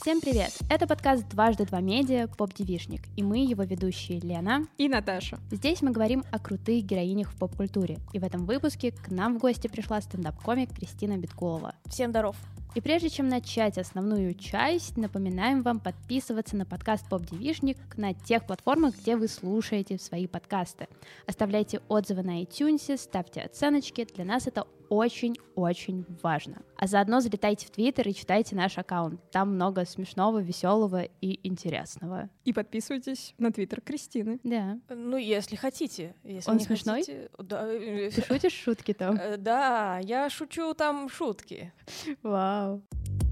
Всем привет! Это подкаст «Дважды два медиа» «Поп-девишник», и мы его ведущие Лена и Наташа. Здесь мы говорим о крутых героинях в поп-культуре, и в этом выпуске к нам в гости пришла стендап-комик Кристина Биткулова. Всем здоров! И прежде чем начать основную часть, напоминаем вам подписываться на подкаст «Поп-девишник» на тех платформах, где вы слушаете свои подкасты. Оставляйте отзывы на iTunes, ставьте оценочки, для нас это очень-очень важно. А заодно залетайте в Твиттер и читайте наш аккаунт. Там много смешного, веселого и интересного. И подписывайтесь на Твиттер Кристины. Да. Ну, если хотите. Если Он не смешной? Хотите, да. Ты шутишь шутки там? Да, я шучу там шутки. Вау.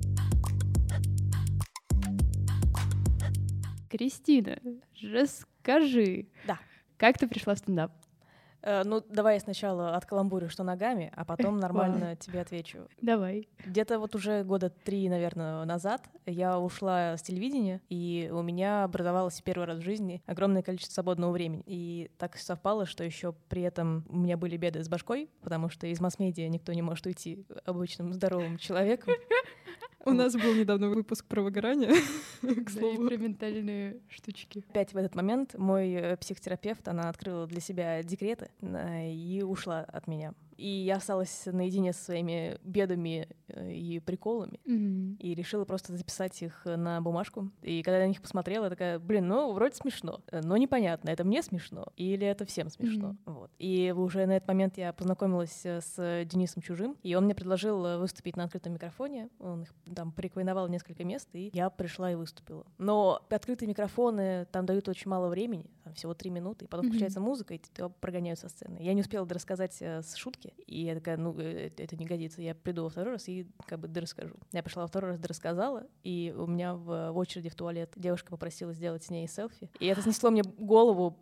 Кристина, расскажи. Да. Как ты пришла в стендап? Ну, давай я сначала откаламбурю, что ногами, а потом нормально тебе отвечу. Давай. Где-то вот уже года 3, наверное, назад я ушла с телевидения, и у меня образовалось первый раз в жизни огромное количество свободного времени. И так совпало, что еще при этом у меня были беды с башкой, потому что из масс-медиа никто не может уйти обычным здоровым человеком. У нас был недавно выпуск про выгорание, к слову. И про ментальные штучки. Опять в этот момент мой психотерапевт, она открыла для себя декреты и ушла от меня. И я осталась наедине со своими бедами и приколами, и решила просто записать их на бумажку. И когда я на них посмотрела, я такая, ну, вроде смешно, но непонятно, это мне смешно или это всем смешно. Вот. И уже на этот момент я познакомилась с Денисом Чужим, и он мне предложил выступить на открытом микрофоне. Он их там порекомендовал несколько мест, и я пришла и выступила. Но открытые микрофоны там дают очень мало времени, там всего 3 минуты, и потом включается музыка, и тебя прогоняют со сцены. Я не успела дорассказать с шутки, и я такая, это не годится, я приду во второй раз и как бы дорасскажу. Я пришла во второй раз, дорассказала, и у меня в очереди в туалет девушка попросила сделать с ней селфи, и это снесло мне голову,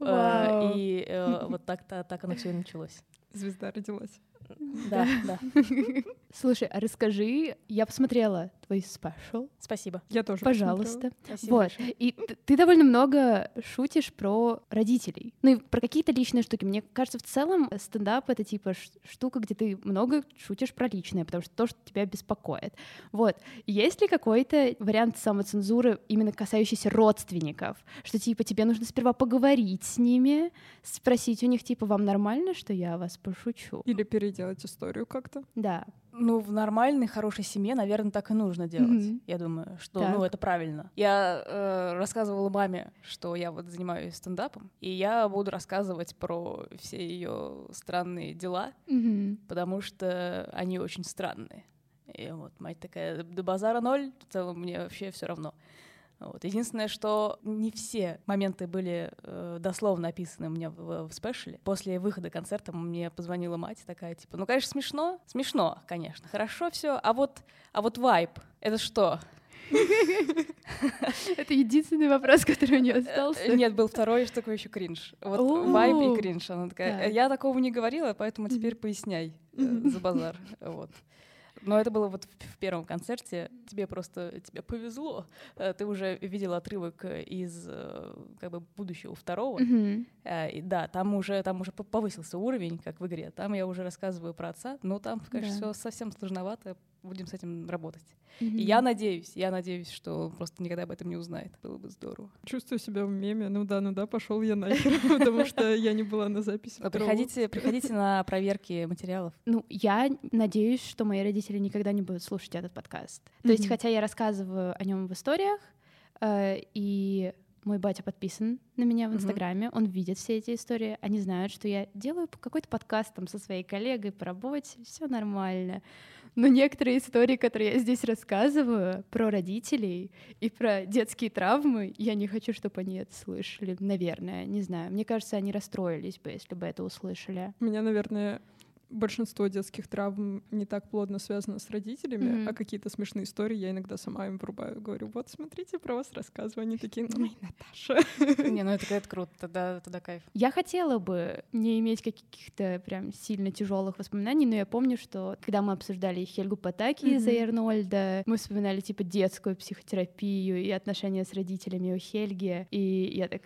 и вот так оно все и началось. Звезда родилась. Да. Слушай, а расскажи, я посмотрела твой спешл. Спасибо. Я тоже Пожалуйста. Спасибо Вот. большое. И ты довольно много шутишь про родителей. Ну и про какие-то личные штуки. Мне кажется, в целом стендап — это типа штука, где ты много шутишь про личное, потому что то, что тебя беспокоит. Вот. Есть ли какой-то вариант самоцензуры, именно касающийся родственников? Что типа тебе нужно сперва поговорить с ними, спросить у них, типа, вам нормально, что я о вас пошучу? Или переделать историю как-то. Да. Ну, в нормальной, хорошей семье, наверное, так и нужно делать. Я думаю, что, это правильно. Я рассказывала маме, что я вот занимаюсь стендапом, и я буду рассказывать про все ее странные дела, потому что они очень странные. И вот мать такая, до базара ноль, в целом мне вообще все равно. Вот. Единственное, что не все моменты были дословно описаны у меня в спешле. После выхода концерта мне позвонила мать такая, типа, ну, конечно, смешно. Смешно, конечно, хорошо все. А вот вайб, это что? Это единственный вопрос, который у нее остался? Нет, был второй, что такое еще кринж. Вот вайб и кринж. Она такая, я такого не говорила, поэтому теперь поясняй за базар. Вот. Но это было вот в первом концерте. Тебе повезло. Ты уже видела отрывок из как бы будущего второго. И да, там уже повысился уровень, как в игре. Там я уже рассказываю про отца, но там, конечно, все совсем сложновато. Будем с этим работать. И я надеюсь, что он просто никогда об этом не узнает. Было бы здорово. Чувствую себя в меме. Ну да, пошел я нахер, потому что я не была на записи. Приходите на проверки материалов. Ну, я надеюсь, что мои родители никогда не будут слушать этот подкаст. То есть, хотя я рассказываю о нем в историях, и мой батя подписан на меня в Инстаграме, он видит все эти истории, они знают, что я делаю какой-то подкаст там со своей коллегой по работе, все нормально. Но некоторые истории, которые я здесь рассказываю про родителей и про детские травмы, я не хочу, чтобы они это слышали, наверное, не знаю. Мне кажется, они расстроились бы, если бы это услышали. У меня, наверное, большинство детских травм не так плотно связано с родителями, а какие-то смешные истории я иногда сама им врубаю. Говорю, вот, смотрите, про вас рассказываю. Они такие, ой, Наташа. Не, ну это круто, тогда кайф. Я хотела бы не иметь каких-то прям сильно тяжелых воспоминаний, но я помню, что когда мы обсуждали Хельгу Потаки из Арнольда, мы вспоминали типа детскую психотерапию и отношения с родителями у Хельги, и я такая,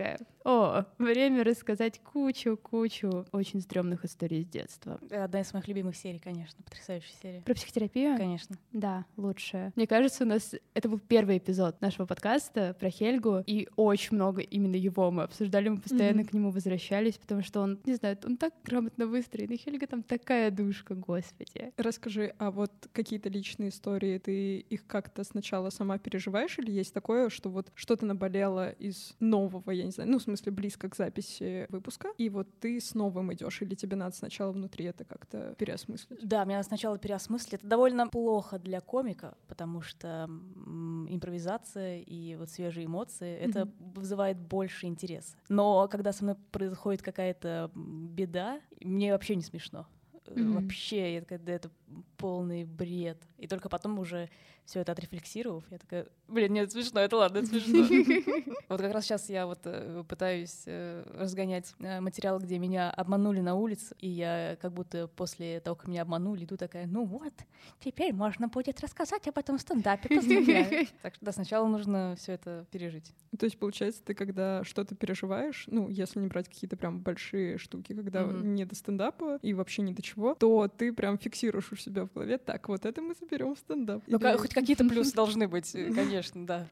Время рассказать кучу очень стрёмных историй с детства. Одна из моих любимых серий, конечно, потрясающая серия. Про психотерапию? Конечно. Да, лучшая. Мне кажется, у нас это был первый эпизод нашего подкаста про Хельгу, и очень много именно его мы обсуждали, мы постоянно к нему возвращались, потому что он, не знаю, он так грамотно выстроен, и Хельга там такая душка, господи. Расскажи, а вот какие-то личные истории, ты их как-то сначала сама переживаешь, или есть такое, что вот что-то наболело из нового, я не знаю, ну, в смысле, близко к записи выпуска, и вот ты с новым идешь, или тебе надо сначала внутри это как-то переосмыслить? Да, мне надо сначала переосмыслить. Это довольно плохо для комика, потому что импровизация и вот свежие эмоции — это вызывает больше интереса. Но когда со мной происходит какая-то беда, мне вообще не смешно. Вообще, это полный бред. И только потом уже все это отрефлексировав, я такая, нет, смешно, это ладно, это смешно. Вот как раз сейчас я вот пытаюсь разгонять материал, где меня обманули на улице, и я как будто после того, как меня обманули, иду такая, ну вот, теперь можно будет рассказать об этом в стендапе, поздравляю. Так что да, сначала нужно все это пережить. То есть, получается, ты когда что-то переживаешь, ну, если не брать какие-то прям большие штуки, когда не до стендапа и вообще ни до чего, то ты прям фиксируешь у себя в голове, так, вот это мы заберем в стендап. Ну, хоть какие-то плюсы должны быть, конечно, да.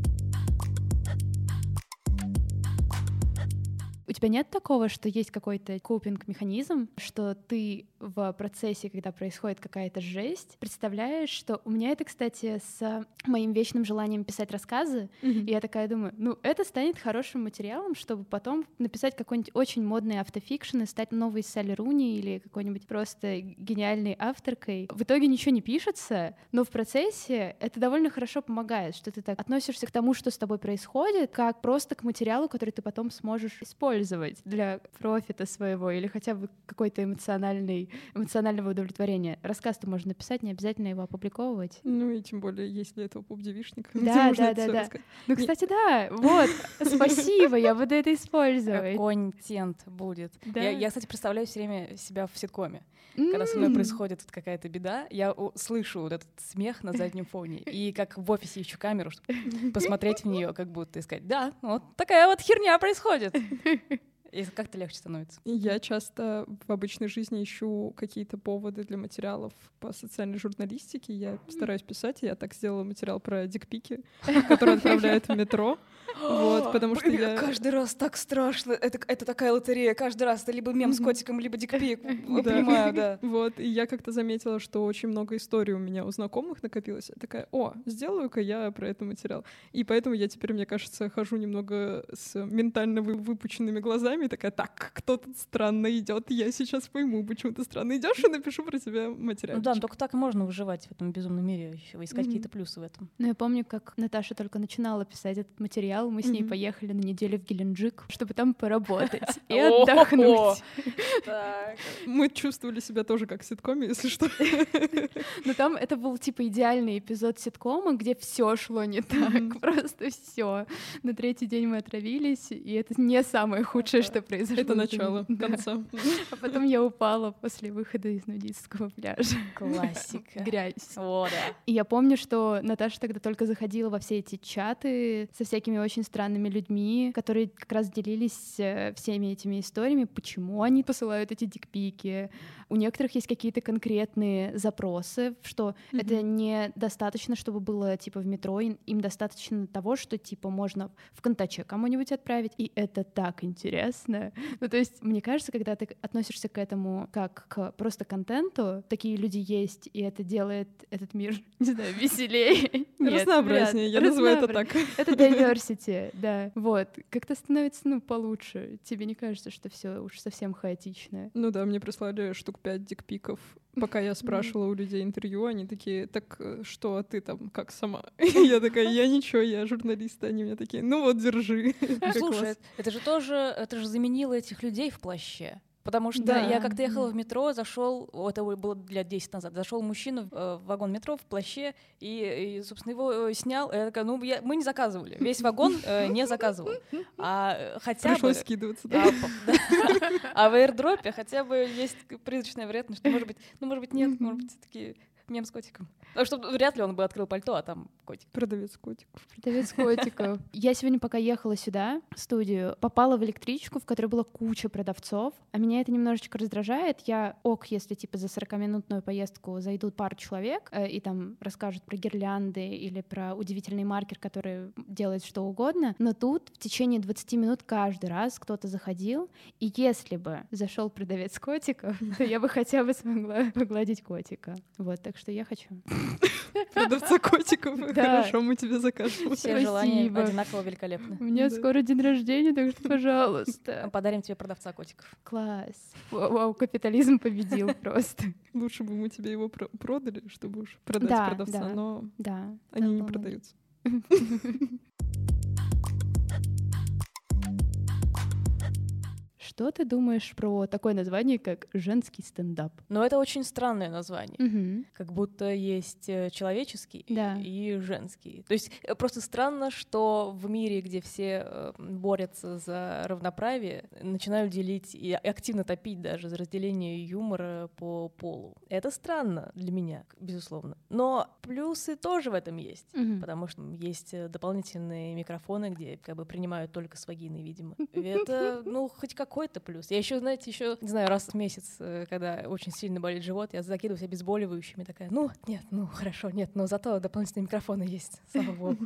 У тебя нет такого, что есть какой-то копинг-механизм, что ты в процессе, когда происходит какая-то жесть, представляешь, что у меня это, кстати, с моим вечным желанием писать рассказы, и я такая думаю, ну, это станет хорошим материалом, чтобы потом написать какой-нибудь очень модный автофикшн и стать новой Салли Руни или какой-нибудь просто гениальной авторкой. В итоге ничего не пишется, но в процессе это довольно хорошо помогает, что ты так относишься к тому, что с тобой происходит, как просто к материалу, который ты потом сможешь использовать для профита своего или хотя бы какой-то эмоционального удовлетворения. Рассказ-то можно написать, не обязательно его опубликовывать. Ну и тем более, если это поп-девичник. Да. Ну, кстати, да, вот, спасибо, я буду это использовать. Контент будет. Да. Я, кстати, представляю все время себя в ситкоме. Когда со мной происходит какая-то беда, я слышу вот этот смех на заднем фоне. И как в офисе ищу камеру, чтобы посмотреть в нее, как будто и сказать, да, вот такая вот херня происходит. И как-то легче становится. Я часто в обычной жизни ищу какие-то поводы для материалов по социальной журналистике. Я стараюсь писать, я так сделала материал про дикпики, которые отправляют в метро. Вот, потому что я... Каждый раз так страшно. Это такая лотерея. Каждый раз это либо мем с котиком, либо дикпик. Понимаю, да. Вот, и я как-то заметила, что очень много историй у меня у знакомых накопилось. Я такая, сделаю-ка я про это материал. И поэтому я теперь, мне кажется, хожу немного с ментально выпученными глазами, такая, так, кто тут странно идет, я сейчас пойму, почему ты странно идешь, и напишу про тебя материал. Ну да, только так и можно выживать в этом безумном мире, еще искать какие-то плюсы в этом. Ну, я помню, как Наташа только начинала писать этот материал, мы с ней поехали на неделю в Геленджик, чтобы там поработать и отдохнуть. Мы чувствовали себя тоже как в ситкоме, если что. Но там это был типа идеальный эпизод ситкома, где все шло не так, просто все. На третий день мы отравились, и это не самое худшее, что произошло. Это начало конца. А потом я упала после выхода из нудистского пляжа. Классика. Грязь. О, да. И я помню, что Наташа тогда только заходила во все эти чаты со всякими очень странными людьми, которые как раз делились всеми этими историями, почему они посылают эти дикпики. У некоторых есть какие-то конкретные запросы, что это недостаточно, чтобы было типа в метро, им достаточно того, что типа можно в Контаче кому-нибудь отправить, и это так интересно. Ну, то есть, мне кажется, когда ты относишься к этому как к просто контенту, такие люди есть, и это делает этот мир, не знаю, веселее. Разнообразнее, я называю это так. Это diversity, да. Вот. Как-то становится, получше. Тебе не кажется, что все уж совсем хаотично? Ну да, мне прислали штук 5 дикпиков. Пока я спрашивала у людей интервью, они такие, так что, а ты там как сама? Я такая, я ничего, я журналист. Они мне такие, ну вот, держи. Слушай, это же заменило этих людей в плаще. Потому что я как-то ехала в метро, зашел, это было лет 10 назад, зашел мужчина в вагон метро в плаще и собственно, его снял. Я такая, мы не заказывали. Весь вагон не заказывал. Пришлось скидываться, да? А в аирдропе хотя бы есть призрачная вероятность, что, может быть, нет, может быть, все-таки мем с котиком. Потому что вряд ли он бы открыл пальто, а там котиков. Продавец котиков. Продавец котиков. Я сегодня, пока ехала сюда, в студию, попала в электричку, в которой была куча продавцов, а меня это немножечко раздражает. Я если типа за 40-минутную поездку зайдут пару человек и там расскажут про гирлянды или про удивительный маркер, который делает что угодно, но тут в течение 20 минут каждый раз кто-то заходил, и если бы зашел продавец котиков, то я бы хотя бы смогла погладить котика. Вот, так что я хочу. Продавца котиков. Да. Хорошо, мы тебе закажем. Все желания одинаково великолепны. У меня скоро день рождения, так что, пожалуйста. Подарим тебе продавца котиков. Класс. Вау, капитализм победил просто. Лучше бы мы тебе его продали, чтобы уж продать продавца, но они не продаются. Что ты думаешь про такое название, как женский стендап? Но это очень странное название. Угу. Как будто есть человеческий и женский. То есть просто странно, что в мире, где все борются за равноправие, начинают делить и активно топить даже за разделение юмора по полу. Это странно для меня, безусловно. Но плюсы тоже в этом есть, потому что есть дополнительные микрофоны, где как бы принимают только с вагины, видимо. Это, хоть какой-то плюс. Я еще, знаете, не знаю, раз в месяц, когда очень сильно болит живот, я закидываюсь обезболивающими, такая, хорошо, но зато дополнительные микрофоны есть, слава богу.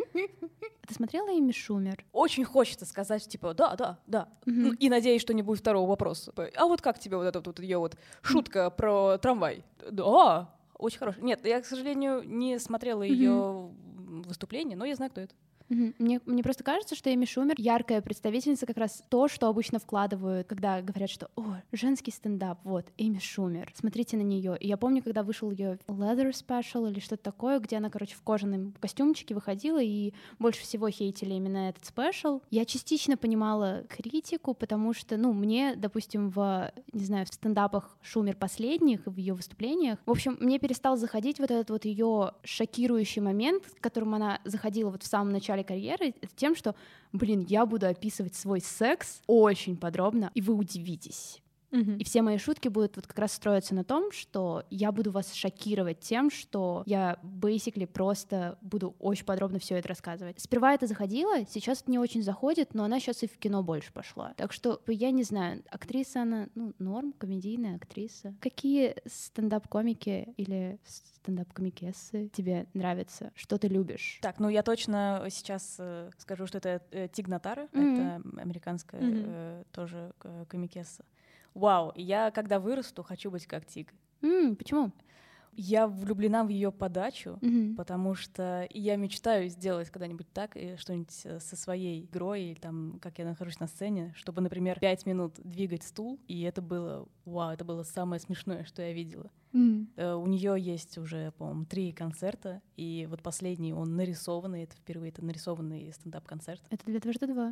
Ты смотрела «Эми Шумер»? Очень хочется сказать, типа, да. И надеюсь, что не будет второго вопроса. А вот как тебе вот эта вот ее вот шутка про трамвай? Да, очень хорошая. Нет, я, к сожалению, не смотрела ее выступление, но я знаю, кто это. Мне просто кажется, что Эми Шумер яркая представительница как раз то, что обычно вкладывают, когда говорят, что женский стендап, вот, Эми Шумер, смотрите на нее. И я помню, когда вышел ее Leather Special или что-то такое, где она, в кожаном костюмчике выходила, и больше всего хейтили именно этот спешл. Я частично понимала критику, потому что, мне, допустим, в стендапах Шумер последних, в ее выступлениях, в общем, мне перестал заходить вот этот вот ее шокирующий момент, к которому она заходила вот в самом начале карьеры, это тем, что, я буду описывать свой секс очень подробно, и вы удивитесь. И все мои шутки будут вот как раз строиться на том, что я буду вас шокировать тем, что я basically просто буду очень подробно все это рассказывать. Сперва это заходило, сейчас это не очень заходит, но она сейчас и в кино больше пошла. Так что, я не знаю, актриса она, норм, комедийная актриса. Какие стендап-комики или стендап-комикессы тебе нравятся? Что ты любишь? Так, я точно сейчас скажу, что это Тиг Нотаро, это американская тоже комикесса. Вау, я когда вырасту, хочу быть как Тиг. Почему? Я влюблена в ее подачу, потому что я мечтаю сделать когда-нибудь так, что-нибудь со своей игрой, или там, как я нахожусь на сцене, чтобы, например, 5 минут двигать стул, и это было, это было самое смешное, что я видела. У нее есть уже, по-моему, 3 концерта, и вот последний, он нарисованный, это впервые нарисованный стендап-концерт. Это для Дважды Два.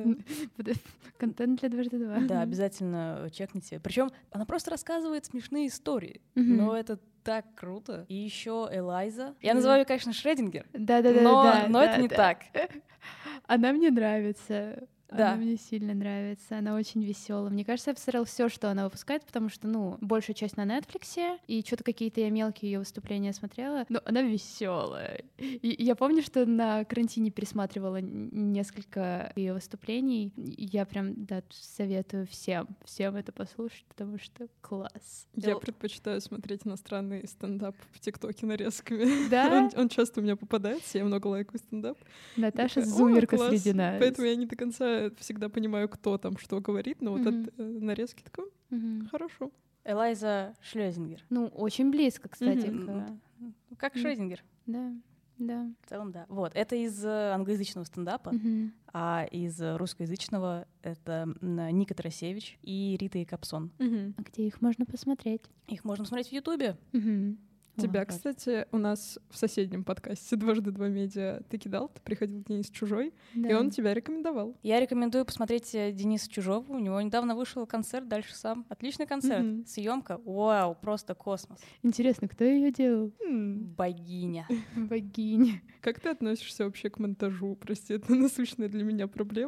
Контент для Дважды Два. Да, обязательно чекните. Причем она просто рассказывает смешные истории, но это так круто. И еще Элайза. Я называю ее, конечно, Шрёдингер. Да. Но это не так. Она мне нравится. Да. Она мне сильно нравится, она очень веселая. Мне кажется, я посмотрела все, что она выпускает, потому что, большая часть на Netflix, и что-то какие-то я мелкие ее выступления смотрела, но она веселая. И я помню, что на карантине пересматривала несколько ее выступлений. Я прям, советую всем это послушать, потому что класс. Я предпочитаю смотреть иностранный стендап в ТикТоке нарезками. Да? Он часто у меня попадается, я много лайкаю стендап. Наташа зумерка среди нас. Поэтому я не до конца всегда понимаю, кто там что говорит, но вот от нарезки такой хорошо. Элайза Шлёзингер. Очень близко, кстати. Как Шрёдингер. Да. В целом, да. Вот, это из англоязычного стендапа, а из русскоязычного это Ника Тарасевич и Рита Якобсон. А где их можно посмотреть? Их можно смотреть в Ютубе. Тебя, кстати, у нас в соседнем подкасте «Дважды два медиа» ты кидал, ты приходил Денис Чужой, и он тебя рекомендовал. Я рекомендую посмотреть Дениса Чужого. У него недавно вышел концерт «Дальше сам». Отличный концерт. Съемка. Вау, просто космос. Интересно, кто ее делал? Богиня. Богиня. Как ты относишься вообще к монтажу? Прости, это насущная для меня проблема.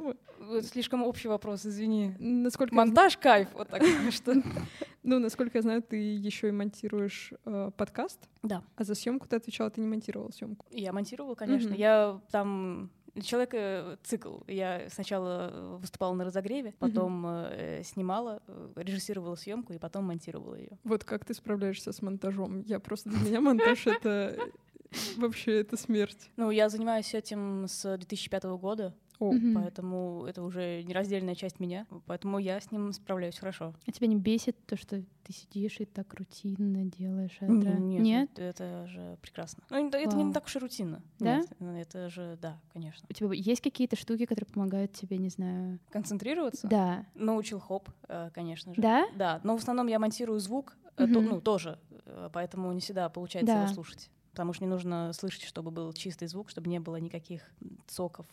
Слишком общий вопрос, извини. Насколько монтаж кайф, вот так что. Ну, насколько я знаю, ты еще и монтируешь подкаст. Да. А за съемку ты отвечала, ты не монтировала съемку. Я монтировала, конечно. Я там человек-цикл. Я сначала выступала на разогреве, потом снимала, режиссировала съемку и потом монтировала ее. Вот как ты справляешься с монтажом? Я просто для меня монтаж — это вообще это смерть. Ну, я занимаюсь этим с 2005 года. Поэтому это уже нераздельная часть меня, поэтому я с ним справляюсь хорошо. А тебя не бесит то, что ты сидишь и так рутинно делаешь это? Нет? Это же прекрасно. Ну, это не так уж и рутинно. Да? Нет, это же, да, конечно. У тебя есть какие-то штуки, которые помогают тебе, не знаю... Концентрироваться? Да. Ну, chill-hop, конечно же. Да? Да, но в основном я монтирую звук, тоже, поэтому не всегда получается его слушать. Потому что не нужно слышать, чтобы был чистый звук, чтобы не было никаких цоков.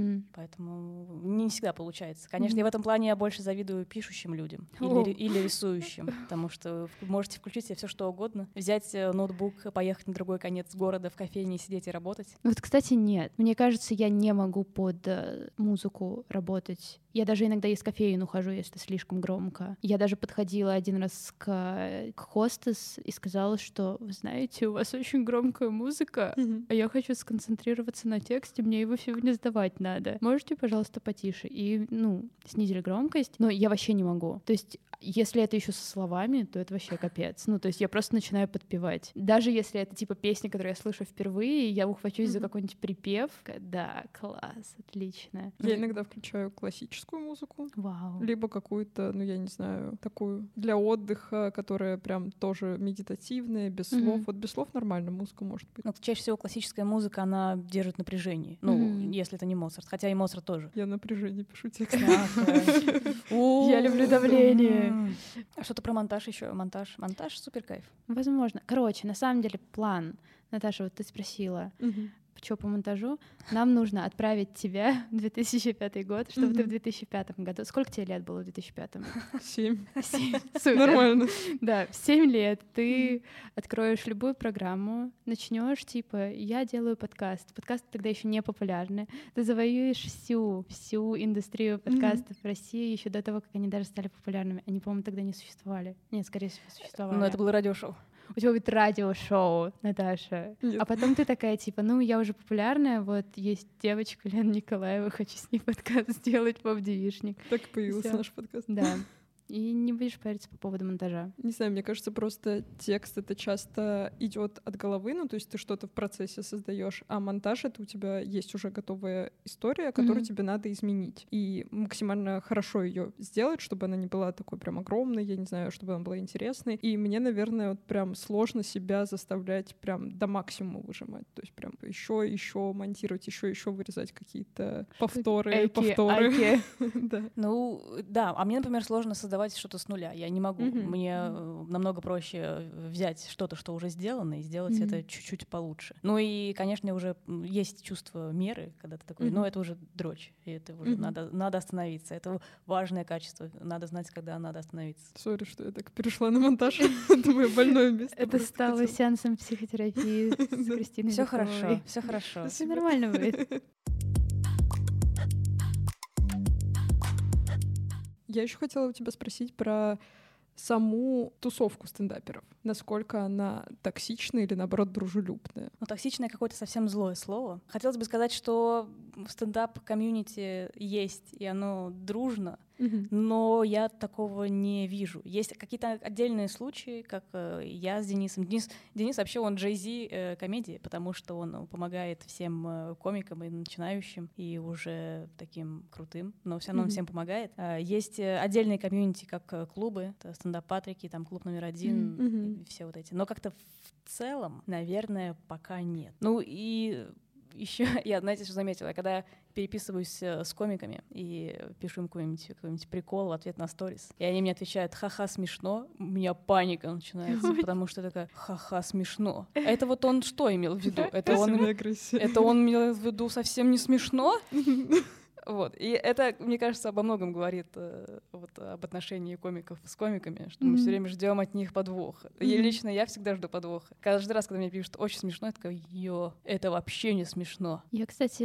Поэтому не всегда получается. Конечно, я в этом плане больше завидую пишущим людям или рисующим, потому что вы можете включить себе все что угодно, взять ноутбук, поехать на другой конец города в кофейне, сидеть и работать. Вот, кстати, нет. Мне кажется, я не могу под музыку работать. Я даже иногда из кофеин ухожу, если слишком громко. Я даже подходила один раз к хостес и сказала, что, вы знаете, у вас очень громкая музыка, а я хочу сконцентрироваться на тексте, мне его сегодня сдавать надо. Можете, пожалуйста, потише? И, снизили громкость, но я вообще не могу. То есть если это еще со словами, то это вообще капец. То есть я просто начинаю подпевать. Даже если это типа песня, которую я слышу впервые, я ухвачусь за какой-нибудь припев. Да, класс, отлично. Я иногда включаю классическую музыку. Вау. Либо какую-то, я не знаю, такую для отдыха, которая прям тоже медитативная, без слов. Вот без слов нормально музыка может быть. Чаще всего классическая музыка, она держит напряжение. Если это не Моцарт. Хотя и Моцарт тоже. Я напряжение пишу текст. Я люблю давление. А что-то про монтаж еще? Монтаж супер кайф. Возможно. Короче, на самом деле план. Наташа, вот ты спросила, что по монтажу. Нам нужно отправить тебя в 2005 год, чтобы ты в 2005 году... Сколько тебе лет было в 2005? 7. Супер. Нормально. Да, в 7 лет ты откроешь любую программу, начнешь типа «Я делаю подкаст». Подкасты тогда еще не популярны. Ты завоюешь всю индустрию подкастов в России еще до того, как они даже стали популярными. Они, по-моему, тогда не существовали. Нет, скорее всего, существовали. Но это было радиошоу. У тебя будет радиошоу, Наташа. Нет. А потом ты такая, типа, я уже популярная, вот есть девочка Лена Николаева, хочу с ней подкаст сделать, поп-девишник. Так и появился наш подкаст. Да. И не будешь париться по поводу монтажа. Не знаю, мне кажется, просто текст это часто идет от головы, то есть ты что-то в процессе создаешь, а монтаж это у тебя есть уже готовая история, которую тебе надо изменить. И максимально хорошо ее сделать, чтобы она не была такой прям огромной, я не знаю, чтобы она была интересной. И мне, наверное, вот прям сложно себя заставлять прям до максимума выжимать. То есть прям еще монтировать, еще вырезать какие-то повторы. Да, а мне, например, сложно создавать что-то с нуля. Я не могу. Мне намного проще взять что-то, что уже сделано, и сделать это чуть-чуть получше. И, конечно, уже есть чувство меры, когда ты такой, это уже дрочь, и это уже надо остановиться. Это важное качество. Надо знать, когда надо остановиться. Сори, что я так перешла на монтаж. Это мое больное место. Это стало сеансом психотерапии с Кристиной. Все хорошо. Все нормально будет. Я еще хотела у тебя спросить про саму тусовку стендаперов. Насколько она токсичная или, наоборот, дружелюбная? Токсичное какое-то совсем злое слово. Хотелось бы сказать, что в стендап-комьюнити есть, и оно дружно, но я такого не вижу. Есть какие-то отдельные случаи, как я с Денисом. Денис вообще, он Jay-Z комедии, потому что он помогает всем комикам и начинающим, и уже таким крутым, но все равно он всем помогает. Есть отдельные комьюнити, как клубы, стендап-патрики, там клуб номер 1, и все вот эти. Но как-то в целом, наверное, пока нет. И еще я, знаете, что заметила? Я когда переписываюсь с комиками и пишу им какой-нибудь прикол в ответ на сторис, и они мне отвечают «ха-ха, смешно», у меня паника начинается, потому что такая «ха-ха, смешно». Это вот он что имел в виду? Это он имел в виду совсем не смешно? Вот. И это, мне кажется, обо многом говорит об отношении комиков с комиками, что мы все время ждем от них подвоха. И лично я всегда жду подвоха. Каждый раз, когда мне пишут «очень смешно», я такая «это вообще не смешно». Я, кстати,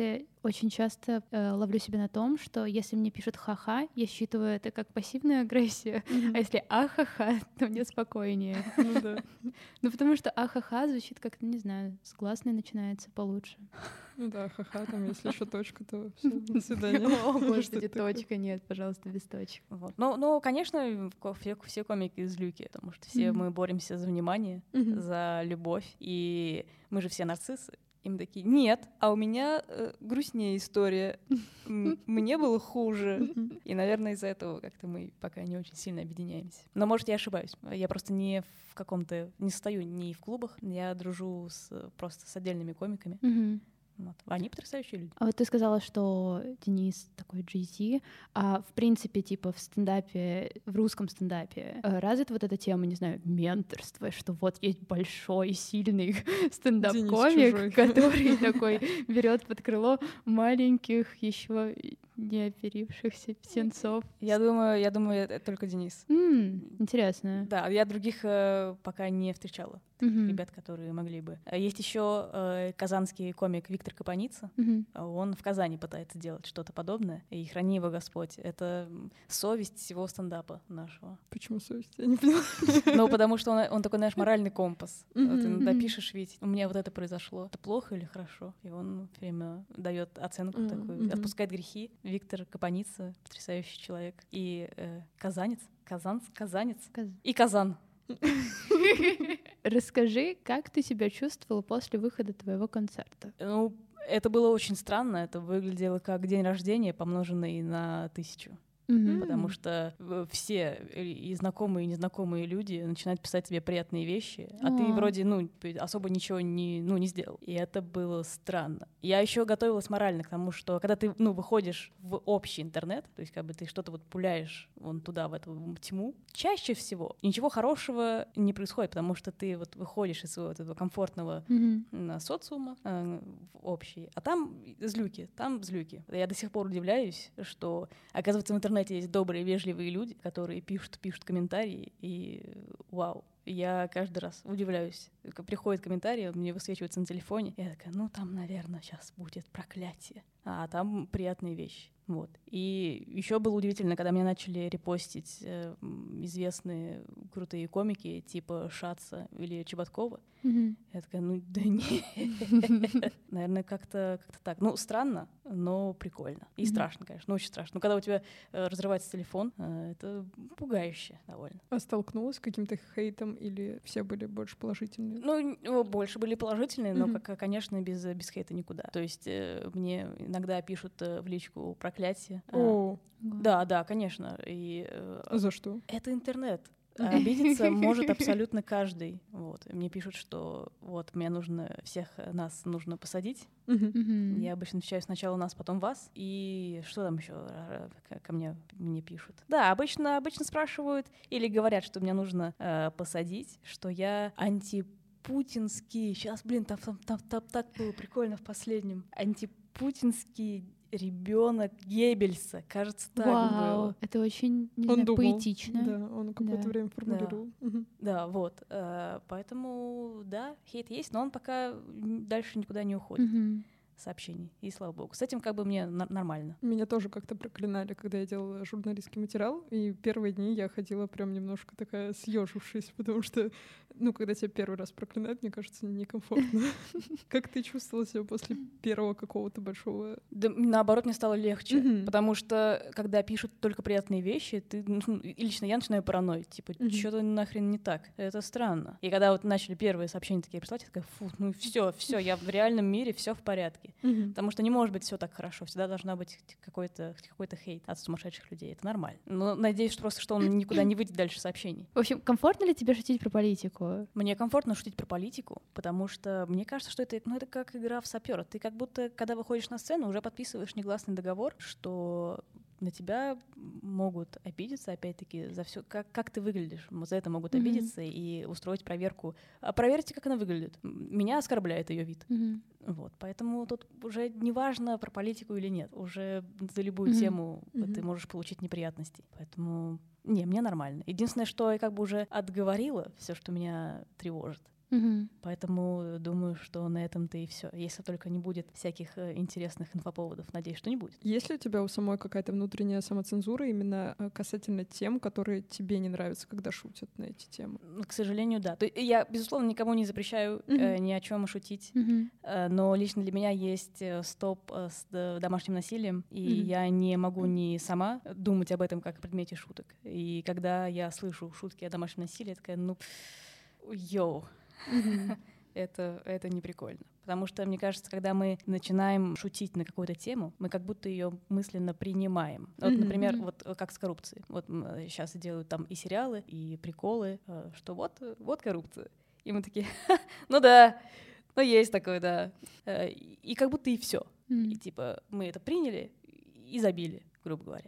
очень часто ловлю себя на том, что если мне пишут ха-ха, я считываю это как пассивную агрессию, а если ахаха, то мне спокойнее. Ну да. Ну потому что ахаха звучит как-то, не знаю, с гласной начинается получше. Ну да, ха-ха, там если еще точка, то все, до свидания. О, господи, точка, нет, пожалуйста, без точек. Вот. Ну, конечно, все комики злюки, потому что все мы боремся за внимание, за любовь, и мы же все нарциссы. И мы такие, нет, а у меня грустнее история, мне было хуже. И, наверное, из-за этого как-то мы пока не очень сильно объединяемся. Но, может, я ошибаюсь. Я просто не состою ни в клубах, я дружу просто с отдельными комиками. Вот. Они потрясающие люди. А вот ты сказала, что Денис такой GZ, а в принципе, типа в стендапе, в русском стендапе развита вот эта тема, не знаю, менторства, что вот есть большой, сильный стендап-комик, который такой берет под крыло маленьких, еще не оперившихся птенцов. Я думаю, это только Денис. Интересно. Да, я других пока не встречала. Ребят, которые могли бы. Есть еще казанский комик Виктор Капаница. Он в Казани пытается делать что-то подобное. И храни его Господь. Это совесть всего стендапа нашего. Почему совесть? Я не поняла. Ну, потому что он такой, знаешь, моральный компас. Ты иногда пишешь, ведь у меня вот это произошло. Это плохо или хорошо? И он все время дает оценку такую, отпускает грехи. Виктор Капаница, потрясающий человек. И казанец. И Казан. Расскажи, как ты себя чувствовала после выхода твоего концерта? Ну, это было очень странно. Это выглядело как день рождения, помноженный на 1000. Потому что все и знакомые, и незнакомые люди начинают писать тебе приятные вещи, а ты вроде, особо ничего не сделал. И это было странно. Я еще готовилась морально к тому, что когда ты, выходишь в общий интернет, то есть как бы ты что-то вот пуляешь вон туда, в эту тьму, чаще всего ничего хорошего не происходит, потому что ты вот выходишь из своего этого комфортного социума в общий, а там злюки. Я до сих пор удивляюсь, что, оказывается, в интернете есть добрые, вежливые люди, которые пишут комментарии, и вау. Я каждый раз удивляюсь. Приходит комментарий, мне высвечивается на телефоне, я такая, там, наверное, сейчас будет проклятие. А там приятные вещи. Вот. И еще было удивительно, когда меня начали репостить известные крутые комики, типа Шатца или Чеботкова. Я такая, да нет. Наверное, как-то так. Странно, но прикольно. И страшно, конечно, очень страшно. Но когда у тебя разрывается телефон, это пугающе довольно. А столкнулась с каким-то хейтом или все были больше положительные? Больше были положительные, но, конечно, без хейта никуда. То есть мне иногда пишут в личку проклятие. Да, конечно. И, за что? Это интернет. Обидеться может абсолютно каждый. Вот. Мне пишут, что всех нас нужно посадить. Я обычно отвечаю сначала нас, потом вас. И что там еще ко мне пишут? Да, обычно спрашивают или говорят, что меня нужно посадить, что я антипутинский. Сейчас, там так было прикольно в последнем. Антипутинский ребенок Геббельса, кажется, так было. Это очень поэтично. Да, он какое-то время формулировал. Да, вот. Поэтому, да, хейт есть, но он пока дальше никуда не уходит. Сообщений. И слава богу. С этим мне нормально. Меня тоже как-то проклинали, когда я делала журналистский материал, и первые дни я ходила прям немножко такая съежившись, потому что, когда тебя первый раз проклинают, мне кажется, некомфортно. Как ты чувствовала себя после первого какого-то большого... Да, наоборот, мне стало легче, потому что, когда пишут только приятные вещи, и лично я начинаю параноить, типа, что-то нахрен не так, это странно. И когда начали первые сообщения такие присылать, я такая, все, я в реальном мире, все в порядке. Потому что не может быть все так хорошо. Всегда должна быть какой-то хейт от сумасшедших людей. Это нормально. Но надеюсь просто, что он никуда не выйдет дальше сообщений. В общем, комфортно ли тебе шутить про политику? Мне комфортно шутить про политику, потому что мне кажется, что это как игра в сапера. Ты как будто, когда выходишь на сцену, уже подписываешь негласный договор, что на тебя могут обидеться, опять-таки, за все, как ты выглядишь. За это могут обидеться и устроить проверку. А проверьте, как она выглядит. Меня оскорбляет ее вид. Вот, поэтому тут уже не важно, про политику или нет. Уже за любую тему ты можешь получить неприятности. Поэтому, мне нормально. Единственное, что я уже отговорила все, что меня тревожит. Поэтому думаю, что на этом-то и все. Если только не будет всяких интересных инфоповодов. Надеюсь, что не будет. Есть ли у тебя у самой какая-то внутренняя самоцензура именно касательно тем, которые тебе не нравятся, когда шутят на эти темы? К сожалению, да. Я, безусловно, никому не запрещаю ни о чем шутить, но лично для меня есть стоп с домашним насилием, и я не могу ни сама думать об этом как о предмете шуток. И когда я слышу шутки о домашнем насилии, я такая, йоу, это не прикольно. Потому что, мне кажется, когда мы начинаем шутить на какую-то тему, мы как будто ее мысленно принимаем. Вот, например, вот как с коррупцией. Вот сейчас делают там и сериалы, и приколы, что вот коррупция. И мы такие, ну да, есть такое, да. И как будто и все. И типа мы это приняли и забили, грубо говоря.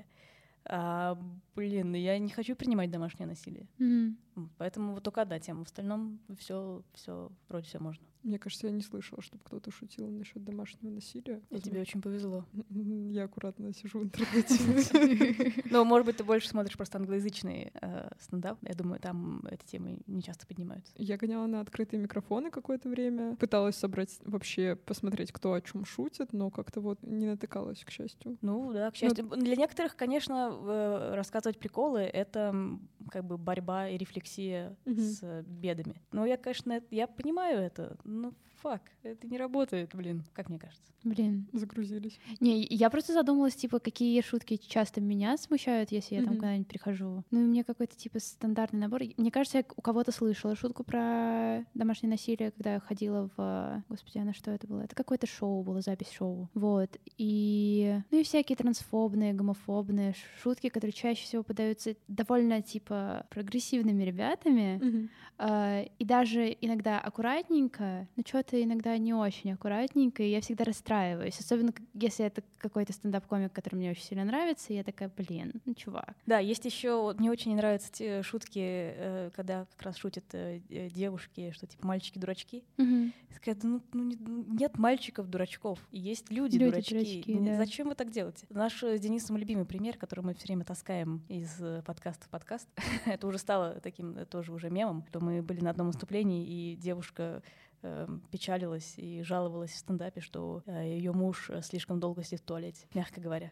Я не хочу принимать домашнее насилие. Поэтому вот только одна тема. В остальном все вроде все можно. Мне кажется, я не слышала, чтобы кто-то шутил насчет домашнего насилия. И тебе очень повезло. Я аккуратно сижу в интернете. Ну, может быть, ты больше смотришь просто англоязычный стендап. Я думаю, там эти темы не часто поднимаются. Я гоняла на открытые микрофоны какое-то время. Пыталась собрать вообще, посмотреть, кто о чем шутит, но как-то вот не натыкалась, к счастью. Ну да, к счастью. Для некоторых, конечно, рассказывать приколы — это как бы борьба и рефлексия с бедами. Но я, конечно, я понимаю это. Это не работает, как мне кажется. Загрузились. Не, я просто задумалась, типа, какие шутки часто меня смущают, если я там куда-нибудь прихожу. Ну, и мне какой-то, типа, стандартный набор. Мне кажется, я у кого-то слышала шутку про домашнее насилие, когда я ходила в... Господи, на что это было? Это какое-то шоу было, запись шоу. Вот. И... Ну, и всякие трансфобные, гомофобные шутки, которые чаще всего подаются довольно, типа, прогрессивными ребятами. И даже иногда аккуратненько, но что-то иногда не очень аккуратненько, и я всегда расстраиваюсь. Особенно, если это какой-то стендап-комик, который мне очень сильно нравится, и я такая, чувак. Да, есть еще, мне очень не нравятся те шутки, когда как раз шутят девушки, что типа мальчики-дурачки. Такая, нет мальчиков-дурачков, есть люди-дурачки. Да. Зачем вы так делаете? Наш с Денисом любимый пример, который мы все время таскаем из подкаста в подкаст, это уже стало таким тоже уже мемом, что мы были на одном выступлении, и девушка печалилась и жаловалась в стендапе, что ее муж слишком долго сидит в туалете, мягко говоря.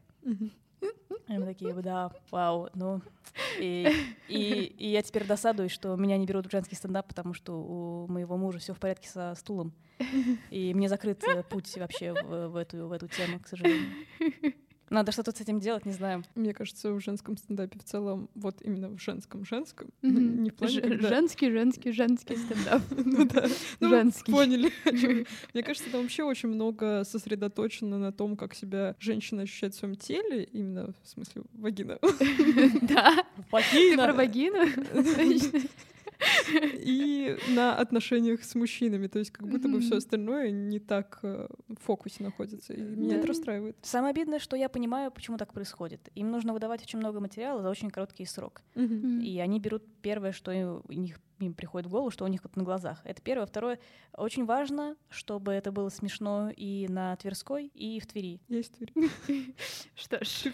И мы такие, да, вау, И я теперь досадуюсь, что меня не берут в женский стендап, потому что у моего мужа все в порядке со стулом. И мне закрыт путь вообще в эту тему, к сожалению. Надо что-то с этим делать, не знаю. Мне кажется, в женском стендапе в целом, вот именно в женском, не в плане, когда... Женский стендап. Ну да, женский. Поняли. Мне кажется, там вообще очень много сосредоточено на том, как себя женщина ощущает в своем теле, именно в смысле вагина. Да. Ты про вагину? И на отношениях с мужчинами, то есть как будто бы все остальное не так в фокусе находится, и меня это расстраивает. Самое обидное, что я понимаю, почему так происходит. Им нужно выдавать очень много материала за очень короткий срок. И они берут первое, что им приходит в голову, что у них вот на глазах. Это первое. Второе, очень важно, чтобы это было смешно и на Тверской, и в Твери. Есть в Твери. Что ж.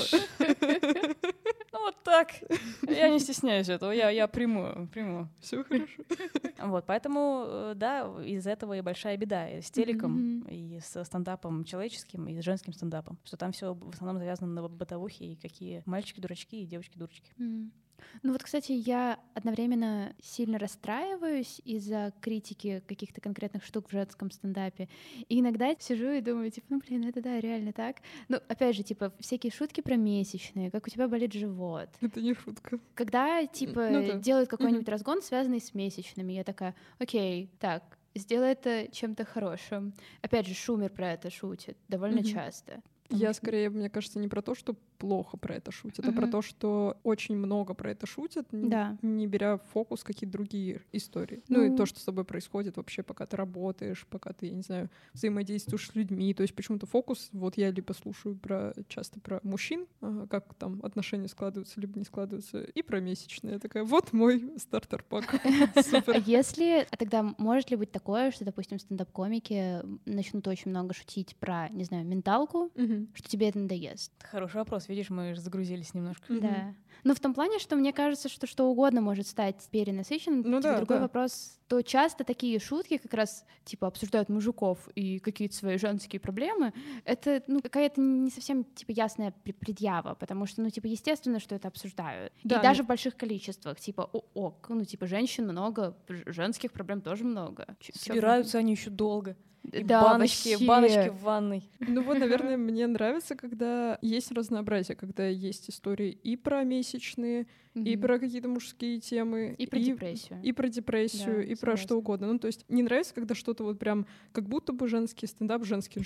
Ну вот так. Я не стесняюсь этого, я приму. Все хорошо. Вот, поэтому, да, из этого и большая беда и с телеком, и с стендапом человеческим, и с женским стендапом, что там все в основном завязано на бытовухе, и какие мальчики-дурачки и девочки-дурочки. Ну вот, кстати, я одновременно сильно расстраиваюсь из-за критики каких-то конкретных штук в женском стендапе. И иногда сижу и думаю, типа, это да, реально так. Ну, опять же, типа, всякие шутки про месячные, как у тебя болит живот. Это не шутка. Когда, типа, делают какой-нибудь разгон, связанный с месячными, я такая, окей, так, сделай это чем-то хорошим. Опять же, Шумер про это шутит довольно часто. Я скорее, мне кажется, не про то, что плохо про это шутят, а про то, что очень много про это шутят, не беря в фокус какие-то другие истории. Ну и то, что с тобой происходит вообще, пока ты работаешь, пока ты, я не знаю, взаимодействуешь с людьми. То есть почему-то фокус, вот я либо слушаю часто про мужчин, как там отношения складываются, либо не складываются, и про месячные. Я такая, вот мой стартер-пак. А тогда может ли быть такое, что, допустим, стендап-комики начнут очень много шутить про, не знаю, менталку, что тебе это надоест? Хороший вопрос. видишь, мы же загрузились немножко. Да. Ну, в том плане, что мне кажется, что угодно может стать перенасыщенным. Ну, да, другой да. вопрос, то часто такие шутки как раз, типа, обсуждают мужиков и какие-то свои женские проблемы. Это, ну, какая-то не совсем, типа, ясная предъява, потому что, ну, типа, естественно, что это обсуждают. Да, и даже в больших количествах, типа, ну, типа, женщин много, женских проблем тоже много. Собираются они еще долго. И Да, баночки вообще. в ванной. Ну вот, наверное, мне нравится, когда есть разнообразие, когда есть истории и про месячные, и про какие-то мужские темы, и про депрессию. И про депрессию, Да, и про что угодно. Ну, то есть не нравится, когда что-то вот прям как будто бы женский стендап.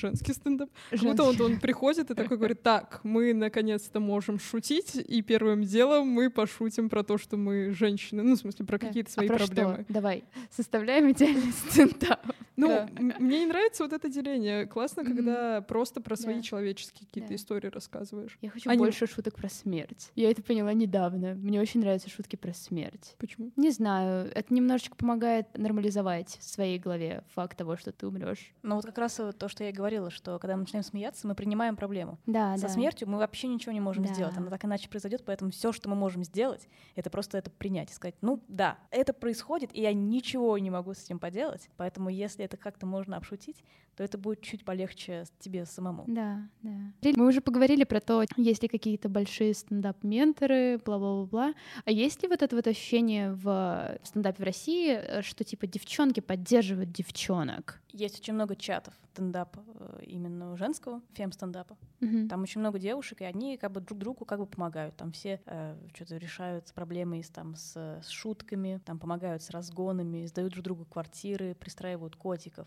Как будто он приходит и такой говорит: так, мы наконец-то можем шутить, и первым делом мы пошутим про то, что мы женщины. Ну, в смысле, про какие-то свои про проблемы. Что? Давай, составляем идеальный стендап. Ну, мне не нравится вот это деление. Классно, когда просто про свои человеческие какие-то истории рассказываешь. Я хочу больше шуток про смерть. Я это поняла недавно. Мне очень нравятся шутки про смерть. Почему? Не знаю. Это немножечко помогает нормализовать в своей голове факт того, что ты умрешь. Ну вот как раз то, что я и говорила, что когда мы начинаем смеяться, мы принимаем проблему. Да, Со смертью мы вообще ничего не можем сделать. Она так иначе произойдет, поэтому все, что мы можем сделать, это просто это принять и сказать: ну да, это происходит, и я ничего не могу с этим поделать. Поэтому если это как-то можно обшутить, то это будет чуть полегче тебе самому. Да. Мы уже поговорили про то, есть ли какие-то большие стендап-менторы, бла-бла-бла. А есть ли вот это вот ощущение в стендапе в России, что типа девчонки поддерживают девчонок? Есть очень много чатов стендапа именно женского, фем-стендапа. Там очень много девушек, и они как бы друг другу как бы помогают. Там все что-то решают проблемы с шутками, там помогают с разгонами, сдают друг другу квартиры, пристраивают котиков.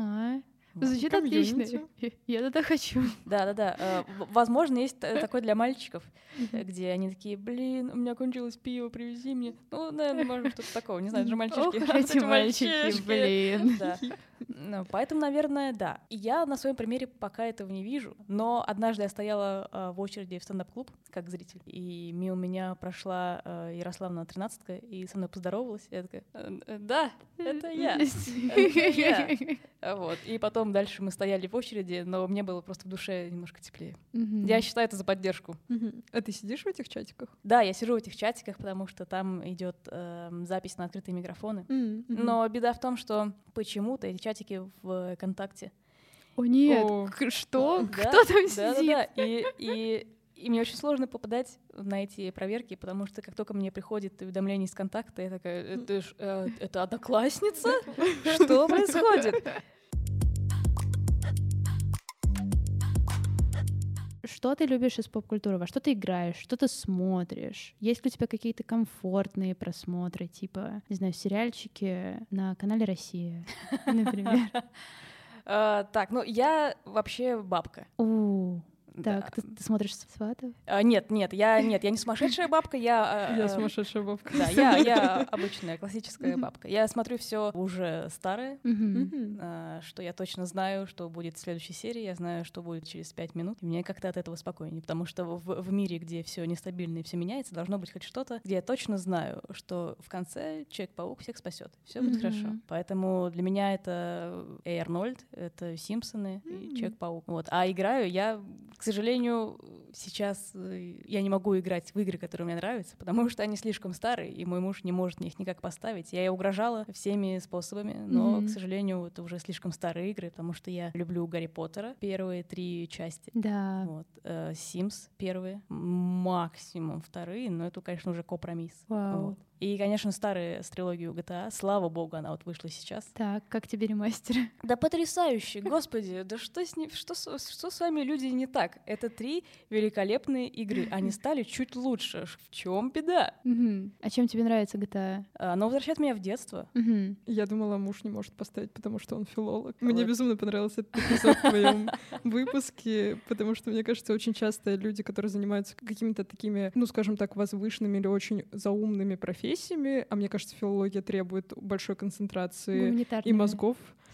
Звучит отлично. Я туда хочу. Да. Возможно, есть такой для мальчиков, где они такие: блин, у меня кончилось пиво, привези мне. Ну, наверное, может, что-то такого. Не знаю, это же мальчишки. Эти мальчики, блин. Да. Поэтому, наверное, да. Я на своем примере пока этого не вижу. Но однажды я стояла в очереди в стендап-клуб как зритель, и мимо меня прошла Ярославна 13-ка и со мной поздоровалась. Я такая: да, это я. Вот. И потом дальше мы стояли в очереди, но мне было просто в душе немножко теплее. Я считаю это за поддержку. А ты сидишь в этих чатиках? Да, я сижу в этих чатиках, потому что там идет запись на открытые микрофоны. Но беда в том, что почему-то эти чатики в ВКонтакте. О нет, что? Кто там сидит? Да. И мне очень сложно попадать на эти проверки, потому что как только мне приходит уведомление из контакта, я такая: это одноклассница? Что происходит? Что ты любишь из поп-культуры? Во что ты играешь? Что ты смотришь? Есть ли у тебя какие-то комфортные просмотры, типа, не знаю, сериальчики на канале «Россия», например? Так, ну я вообще бабка. Так, ты смотришь «Сватов»? Нет, я не сумасшедшая бабка, я сумасшедшая бабка. Да, я обычная классическая бабка. Я смотрю все уже старое, что я точно знаю, что будет в следующей серии, я знаю, что будет через 5 минут. И мне как-то от этого спокойнее, потому что в мире, где все нестабильно и все меняется, должно быть хоть что-то, где я точно знаю, что в конце Человек-паук всех спасет, все будет хорошо. Поэтому для меня это Эй Арнольд, это Симпсоны и Человек-паук. Вот. А играю я, к сожалению, сейчас я не могу играть в игры, которые мне нравятся, потому что они слишком старые, и мой муж не может мне их никак поставить. Я ей угрожала всеми способами, но, к сожалению, это уже слишком старые игры, потому что я люблю Гарри Поттера, первые 3 части. Да. Вот. Симс первые, максимум 2, но это, конечно, уже компромисс. Вот. И, конечно, старые с трилогию GTA. Слава богу, она вот вышла сейчас. Так, как тебе ремастер? Да потрясающе, господи, да что с ним, что с вами, люди, не так? Это 3 великолепные игры, они стали чуть лучше. В чем беда? А чем тебе нравится GTA? Оно возвращает меня в детство. Я думала, муж не может поставить, потому что он филолог. Мне безумно понравился этот эпизод в твоем выпуске, потому что, мне кажется, очень часто люди, которые занимаются какими-то такими, ну, скажем так, возвышенными или очень заумными профессиями, а мне кажется, филология требует большой концентрации и мозгов.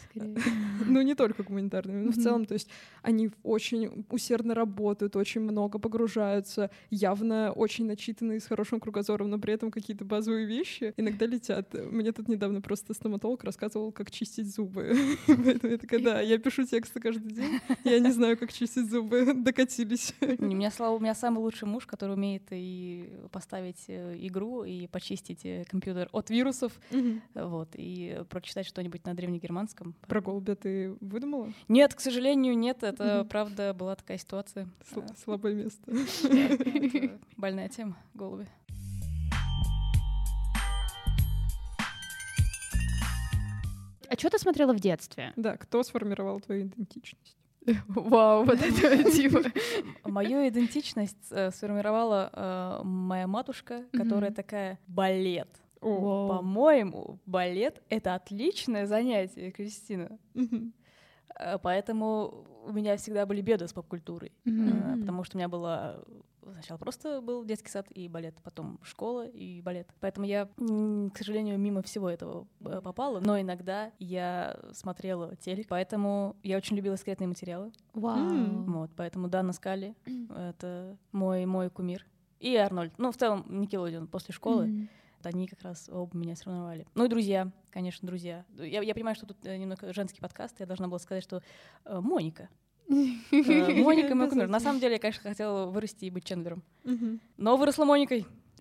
скорее. Ну, не только гуманитарными, но в целом, то есть они очень усердно работают, очень много погружаются, явно очень начитанные, с хорошим кругозором, но при этом какие-то базовые вещи иногда летят. Мне тут недавно просто стоматолог рассказывал, как чистить зубы. Поэтому я такая, да, я пишу тексты каждый день, я не знаю, как чистить зубы, докатились. У меня самый лучший муж, который умеет и поставить игру, и почистить компьютер от вирусов, вот, и прочитать что-нибудь на древнегерманском. Про голубя ты выдумала? Нет, к сожалению, нет. Это, правда, была такая ситуация. Слабое место. Это больная тема, голуби. А что ты смотрела в детстве? Да, кто сформировал твою идентичность? Вау, вот это типа. Мою идентичность сформировала моя матушка, которая такая: балет. По-моему, балет — это отличное занятие, Кристина. Поэтому у меня всегда были беды с поп-культурой, потому что у меня было сначала просто был детский сад и балет, потом школа и балет. Поэтому я, к сожалению, мимо всего этого попала, но иногда я смотрела телек, поэтому я очень любила секретные материалы. Вот, поэтому Дана Скалли — это мой кумир. И Арнольд. Ну, в целом, Никелодеон после школы. Они как раз оба меня сравновали. Ну и друзья, конечно, друзья. Я понимаю, что тут немного женский подкаст. Я должна была сказать, что Моника. Моника мой кумир. На самом деле, я, конечно, хотела вырасти и быть Чендлером. Но выросла Моникой.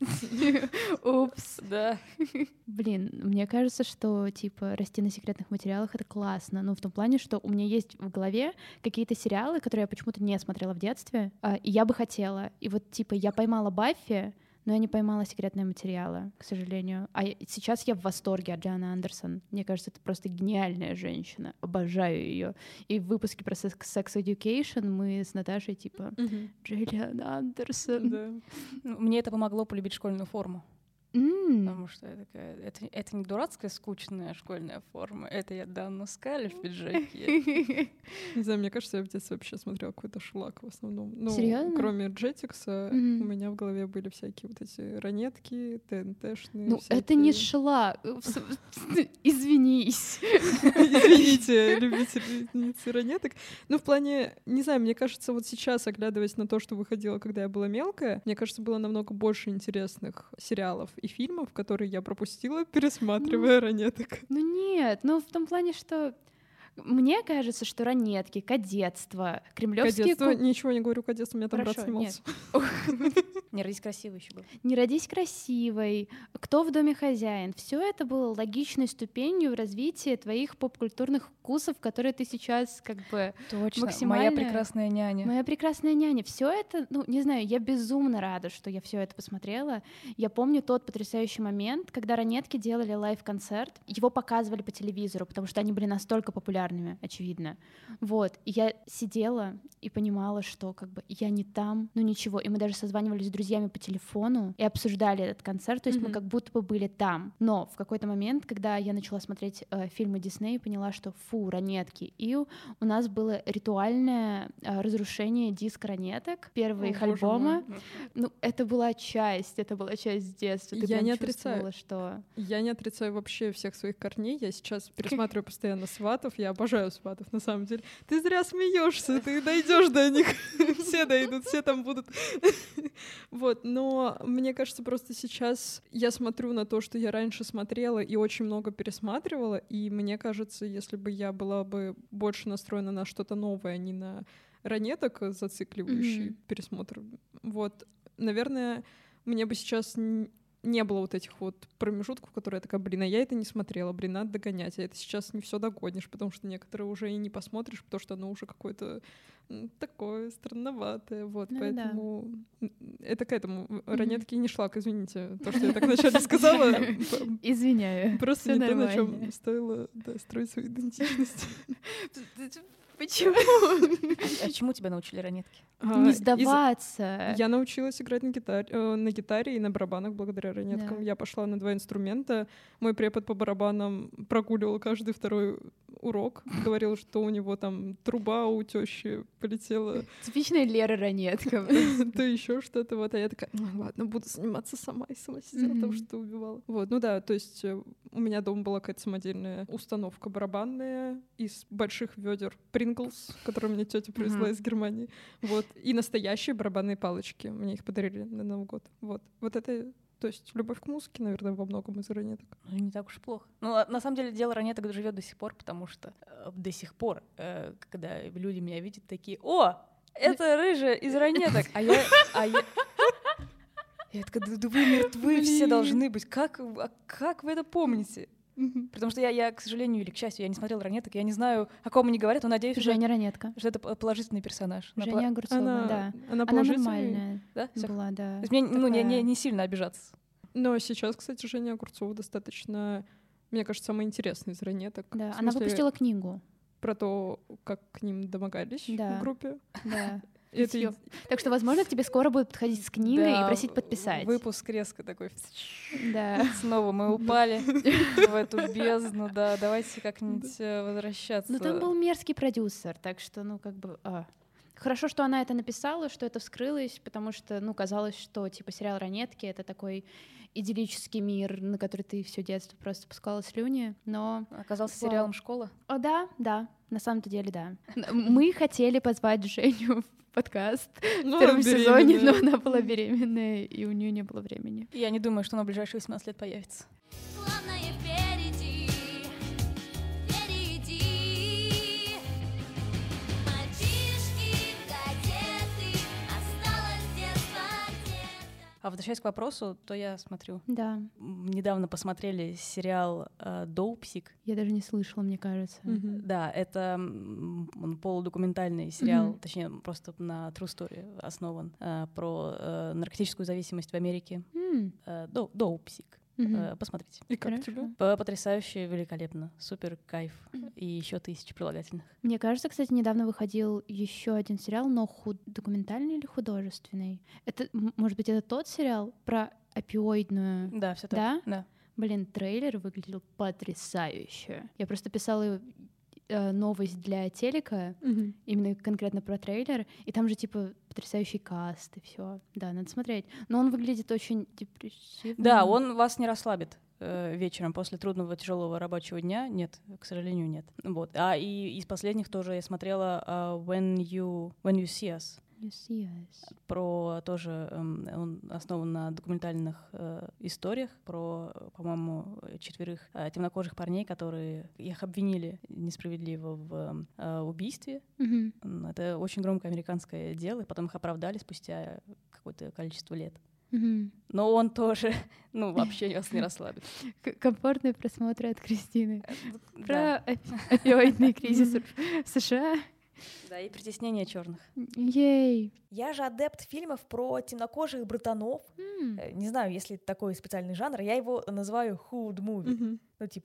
Упс. Да. Блин, мне кажется, что, типа, расти на секретных материалах — это классно. Ну, в том плане, что у меня есть в голове какие-то сериалы, которые я почему-то не смотрела в детстве, и я бы хотела. И вот, типа, я поймала Баффи, но я не поймала секретные материалы, к сожалению. А сейчас я в восторге от Джиллиан Андерсон. Мне кажется, это просто гениальная женщина. Обожаю ее. И в выпуске про Sex Education мы с Наташей типа Джиллиан Андерсон. Да. Мне это помогло полюбить школьную форму. Потому что я такая, это не дурацкая скучная школьная форма, это я Дана Скалли в пиджаке. Не знаю, мне кажется, я в детстве вообще смотрела какой-то шлак в основном. Ну, серьезно? кроме Джетикса, у меня в голове были всякие вот эти ранетки, ТНТшные. Ну, всякие. это не шлак. Извинись. Извините, любительницы ранеток. Ну, в плане, не знаю, мне кажется, вот сейчас, оглядываясь на то, что выходило, когда я была мелкая, мне кажется, было намного больше интересных сериалов и фильмов, которые я пропустила, пересматривая ранеток. Ну нет, ну в том плане, что мне кажется, что ранетки, кадетство, кремлевские... Кадетство, ничего не говорю, кадетство, у меня там брат снимался. Не родись красивой еще был. Не родись красивой, кто в доме хозяин. Все это было логичной ступенью в развитии твоих поп-культурных вкусов, которые ты сейчас как бы Точно, максимально... моя прекрасная няня. Моя прекрасная няня. Все это, ну, не знаю, я безумно рада, что я все это посмотрела. Я помню тот потрясающий момент, когда ранетки делали лайв-концерт. Его показывали по телевизору, потому что они были настолько популярными, очевидно. Вот. И я сидела и понимала, что как бы я не там, ну ничего. И мы даже созванивались с друзьями по телефону и обсуждали этот концерт, то есть мы как будто бы были там. Но в какой-то момент, когда я начала смотреть фильмы Диснея, поняла, что фу, ранетки. И у нас было ритуальное разрушение диска ранеток, первого их альбома. Ну, это была часть детства. Ты я не отрицаю, что... Я не отрицаю вообще всех своих корней. Я сейчас пересматриваю постоянно «Сватов». Я обожаю «Сватов», на самом деле. Ты зря смеешься, ты дойдешь до них. Все дойдут, все там будут. Вот, но мне кажется, просто сейчас я смотрю на то, что я раньше смотрела и очень много пересматривала, и мне кажется, если бы я была бы больше настроена на что-то новое, а не на ранеток зацикливающий пересмотр, вот, наверное, мне бы сейчас не было вот этих вот промежутков, которые я такая, блин, а я это не смотрела, блин, надо догонять, а это сейчас не все догонишь, потому что некоторые уже и не посмотришь, потому что оно уже какое-то такое странноватое, вот, ну, поэтому это к этому. Ранетки не шлак, извините, то, что я так вначале сказала. Извиняю. Просто не то, на чем стоило строить свою идентичность. Почему? А чему тебя научили ранетки? Не сдаваться. Я научилась играть на гитаре и на барабанах благодаря ранеткам. Я пошла на 2 инструмента. Мой препод по барабанам прогуливал каждый второй урок, говорил, что у него там труба у тещи полетела. Типичная Лера Ранетка. То еще что-то. Вот, а я такая, ладно, буду заниматься сама. И сама сидела там, что убивала. Вот, ну да, то есть у меня дома была какая-то самодельная установка барабанная из больших ведер Принглс, которые мне тетя привезла из Германии. Вот. И настоящие барабанные палочки. Мне их подарили на Новый год. Вот. Вот это... То есть любовь к музыке, наверное, во многом из ранеток. Ну, не так уж и плохо. Ну, на самом деле, дело ранеток живет до сих пор, потому что до сих пор, когда люди меня видят, такие: «О, это рыжая из ранеток!» А я такая: «Да вы мертвы все должны быть. Как вы это помните?» Потому что я, к сожалению или к счастью, я не смотрела ранеток, я не знаю, о ком они говорят, но надеюсь, Женя Ранетка. что это положительный персонаж. Женя Огурцова, да. Она нормальная, да? была, да. То есть мне не сильно обижаться. Но сейчас, кстати, Женя Огурцова достаточно, мне кажется, самая интересная из ранеток. Да, она выпустила книгу. Про то, как к ним домогались в группе. Да. Так что, возможно, к тебе скоро будут подходить с книгой и просить подписать. Выпуск резко такой. Да. Снова мы упали в эту бездну, да, давайте как-нибудь возвращаться. Ну там был мерзкий продюсер, так что, Хорошо, что она это написала, что это вскрылось, потому что, казалось, что, сериал «Ранетки» — это такой идиллический мир, на который ты все детство просто пускала слюни, но... Оказался сериалом «Школа»? О, да, на самом-то деле, да. Мы хотели позвать Женю в подкаст в первом сезоне, но она была беременная, и у нее не было времени. Я не думаю, что она в ближайшие 18 лет появится. А возвращаясь к вопросу, то я смотрю. Да. Недавно посмотрели сериал «Доупсик». Я даже не слышала, мне кажется. Да, это полудокументальный сериал, точнее, просто на true story основан, про наркотическую зависимость в Америке. «Доупсик». Посмотрите. И как тебе? Потрясающе, великолепно, супер кайф и еще 1000 прилагательных. Мне кажется, кстати, недавно выходил еще один сериал, но документальный или художественный. Это, может быть, это тот сериал про опиоидную? Да, все так. Да? Блин, трейлер выглядел потрясающе. Я просто писала новость для телека, именно конкретно про трейлер, и там же потрясающий каст и все. Да, надо смотреть. Но он выглядит очень депрессивно. Да, он вас не расслабит вечером после трудного, тяжелого рабочего дня. Нет, к сожалению, нет. Вот. А и из последних тоже я смотрела When You See Us. Про тоже, он основан на документальных историях про, по-моему, 4 темнокожих парней, которые их обвинили несправедливо в убийстве. Это очень громкое американское дело, и потом их оправдали спустя какое-то количество лет. Но он тоже, вообще вас не расслабит. Комфортные просмотры от Кристины. Про опиоидный кризис в США. Да, и притеснение черных. Ей. Я же адепт фильмов про темнокожих братанов. Не знаю, есть ли такой специальный жанр. Я его называю hood movie.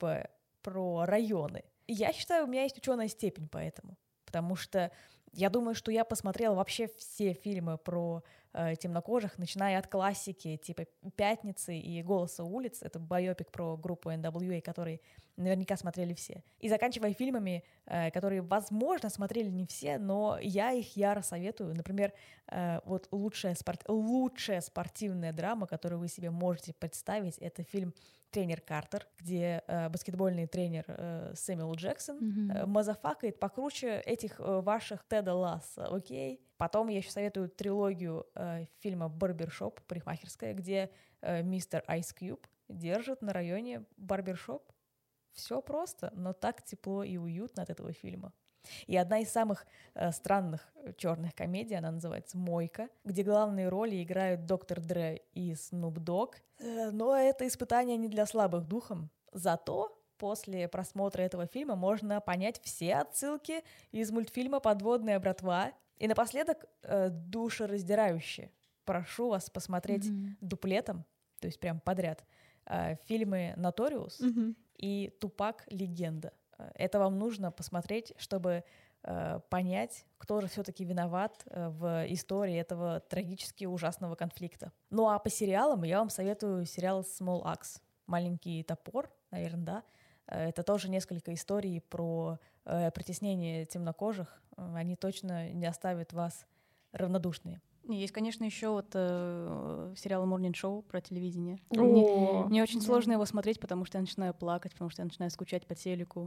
Про районы. И я считаю, у меня есть ученая степень по этому. Потому что я думаю, что я посмотрела вообще все фильмы про темнокожих, начиная от классики, типа «Пятницы» и «Голоса улиц». Это байопик про группу NWA, который наверняка смотрели все. И заканчивая фильмами, которые, возможно, смотрели не все, но я их яро советую. Например, вот лучшая спортивная драма, которую вы себе можете представить, это фильм «Тренер Картер», где баскетбольный тренер Сэмюэл Джексон мазафакает покруче этих ваших Теда Ласса, окей? Потом я еще советую трилогию фильма «Барбершоп», парикмахерская, где мистер Айс Кьюб держит на районе барбершоп. Все просто, но так тепло и уютно от этого фильма. И одна из самых странных черных комедий, она называется «Мойка», где главные роли играют доктор Дре и Снуп Дог. Но это испытание не для слабых духом. Зато после просмотра этого фильма можно понять все отсылки из мультфильма «Подводная братва». И напоследок душераздирающе прошу вас посмотреть дуплетом, то есть прям подряд, фильмы «Notorious» и «Тупак. Легенда». Это вам нужно посмотреть, чтобы понять, кто же все-таки виноват в истории этого трагически ужасного конфликта. Ну а по сериалам я вам советую сериал «Small Axe». «Маленький топор», наверное, да. Это тоже несколько историй про притеснение темнокожих, они точно не оставят вас равнодушными. Есть, конечно, еще вот сериал «Morning Show» про телевидение. Мне очень сложно его смотреть, потому что я начинаю плакать, потому что я начинаю скучать по телеку.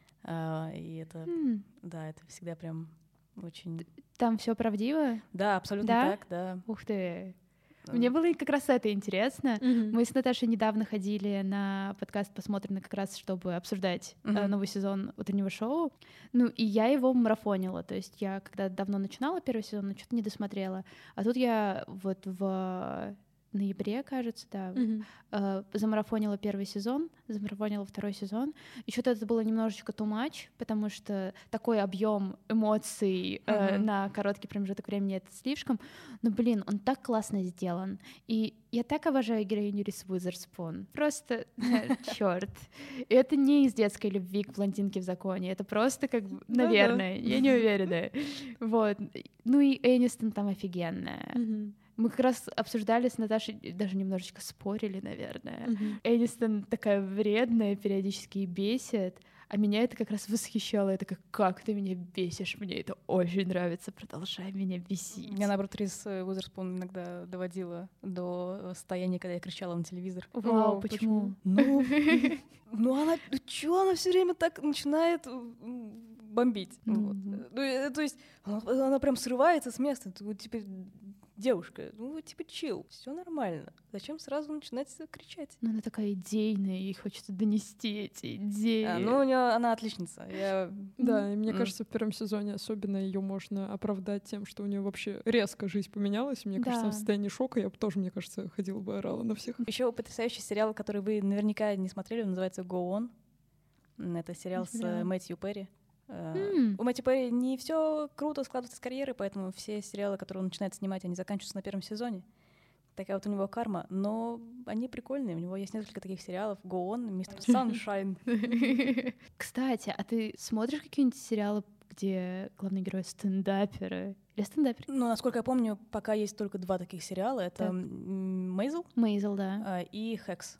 И это, да, это всегда прям очень... Там все правдиво? Да, абсолютно так, да. Ух ты! Мне было как раз это интересно. Мы с Наташей недавно ходили на подкаст «Посмотрено» как раз, чтобы обсуждать новый сезон утреннего шоу. Ну, и я его марафонила. То есть я, когда давно начинала первый сезон, но что-то не досмотрела. А тут я вот в ноябре, кажется, да, замарафонила первый сезон, замарафонила второй сезон. И что-то это было немножечко too much, потому что такой объем эмоций на короткий промежуток времени — это слишком. Но, блин, он так классно сделан. И я так обожаю героиню Риз Уизерспун. Просто чёрт. И это не из детской любви к блондинке в законе. Это просто как бы, наверное, я не уверена. Вот. Ну и Энистон там офигенная. Мы как раз обсуждали с Наташей, даже немножечко спорили, наверное. Энистон такая вредная, периодически бесит, а меня это как раз восхищало. Я такая: как ты меня бесишь, мне это очень нравится, продолжай меня бесить. Меня, наоборот, Риз Уизерспун иногда доводила до состояния, когда я кричала на телевизор. Вау, почему? Ну она, чё она все время так начинает бомбить? То есть она прям срывается с места, теперь... Девушка, ну, типа, чил, все нормально. Зачем сразу начинать кричать? Ну, она такая идейная, ей хочется донести эти идеи. Ну, у нее она отличница. Да, и мне кажется, в первом сезоне особенно ее можно оправдать тем, что у нее вообще резко жизнь поменялась. Мне кажется, в состоянии шока я бы тоже, мне кажется, ходила бы, орала на всех. Еще потрясающий сериал, который вы наверняка не смотрели, он называется «Go On». Это сериал с Мэтью Перри. У Мэтью Перри не все круто складывается с карьерой, поэтому все сериалы, которые он начинает снимать, они заканчиваются на первом сезоне. Такая вот у него карма, но они прикольные. У него есть несколько таких сериалов: Go On, Mr. Sunshine. Кстати, а ты смотришь какие-нибудь сериалы, где главные герои стендаперы? Или стендаперы? Ну, насколько я помню, пока есть только 2 таких сериала. Это Мейзел, да, и Хекс.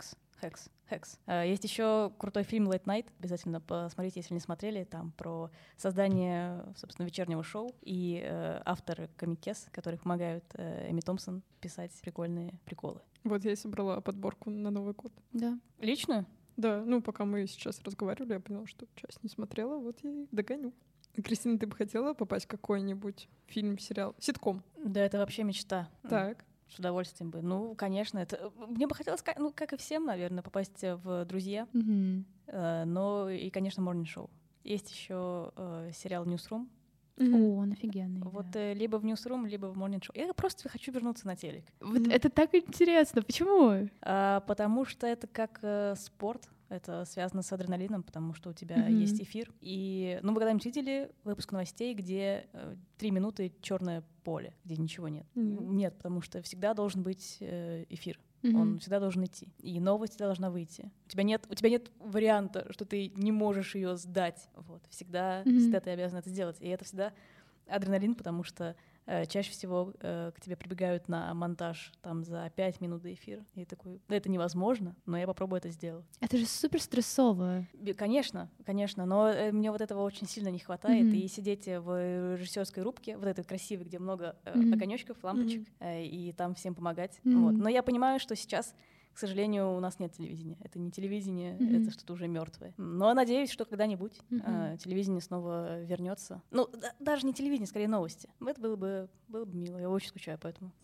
Есть еще крутой фильм Late Night, обязательно посмотрите, если не смотрели, там про создание, собственно, вечернего шоу, и авторы комикес, которые помогают Эми Томпсон писать прикольные приколы. Вот я и собрала подборку на Новый год. Да. Лично? Да, ну пока мы сейчас разговаривали, я поняла, что часть не смотрела, вот я и догоню. Кристина, ты бы хотела попасть в какой-нибудь фильм, сериал, ситком? Да, это вообще мечта. Так. С удовольствием бы. Ну, конечно, это... Мне бы хотелось, ну, как и всем, наверное, попасть в «Друзья». Но и, конечно, «Morning Show». Есть еще сериал «Newsroom». О, он офигенный. Вот либо в «Newsroom», либо в «Morning Show». Я просто хочу вернуться на телек. Вот это так интересно. Почему? Потому что это как спорт. Это связано с адреналином, потому что у тебя есть эфир. И, ну, вы когда-нибудь видели выпуск новостей, где 3 минуты черное поле, где ничего нет? Нет, потому что всегда должен быть эфир. Он всегда должен идти. И новость должна выйти. У тебя нет варианта, что ты не можешь ее сдать. Вот. Всегда ты обязан это сделать. И это всегда адреналин, потому что чаще всего к тебе прибегают на монтаж там за 5 минут до эфира. И такой: это невозможно, но я попробую это сделать. Это же супер стрессово. Конечно, но мне вот этого очень сильно не хватает. И сидеть в режиссерской рубке, вот этой красивой, где много огонечков, лампочек, и там всем помогать. Вот. Но я понимаю, что сейчас, к сожалению, у нас нет телевидения. Это не телевидение, это что-то уже мертвое. Но я надеюсь, что когда-нибудь телевидение снова вернется. Ну, даже не телевидение, скорее новости. Это было бы мило. Я очень скучаю по этому.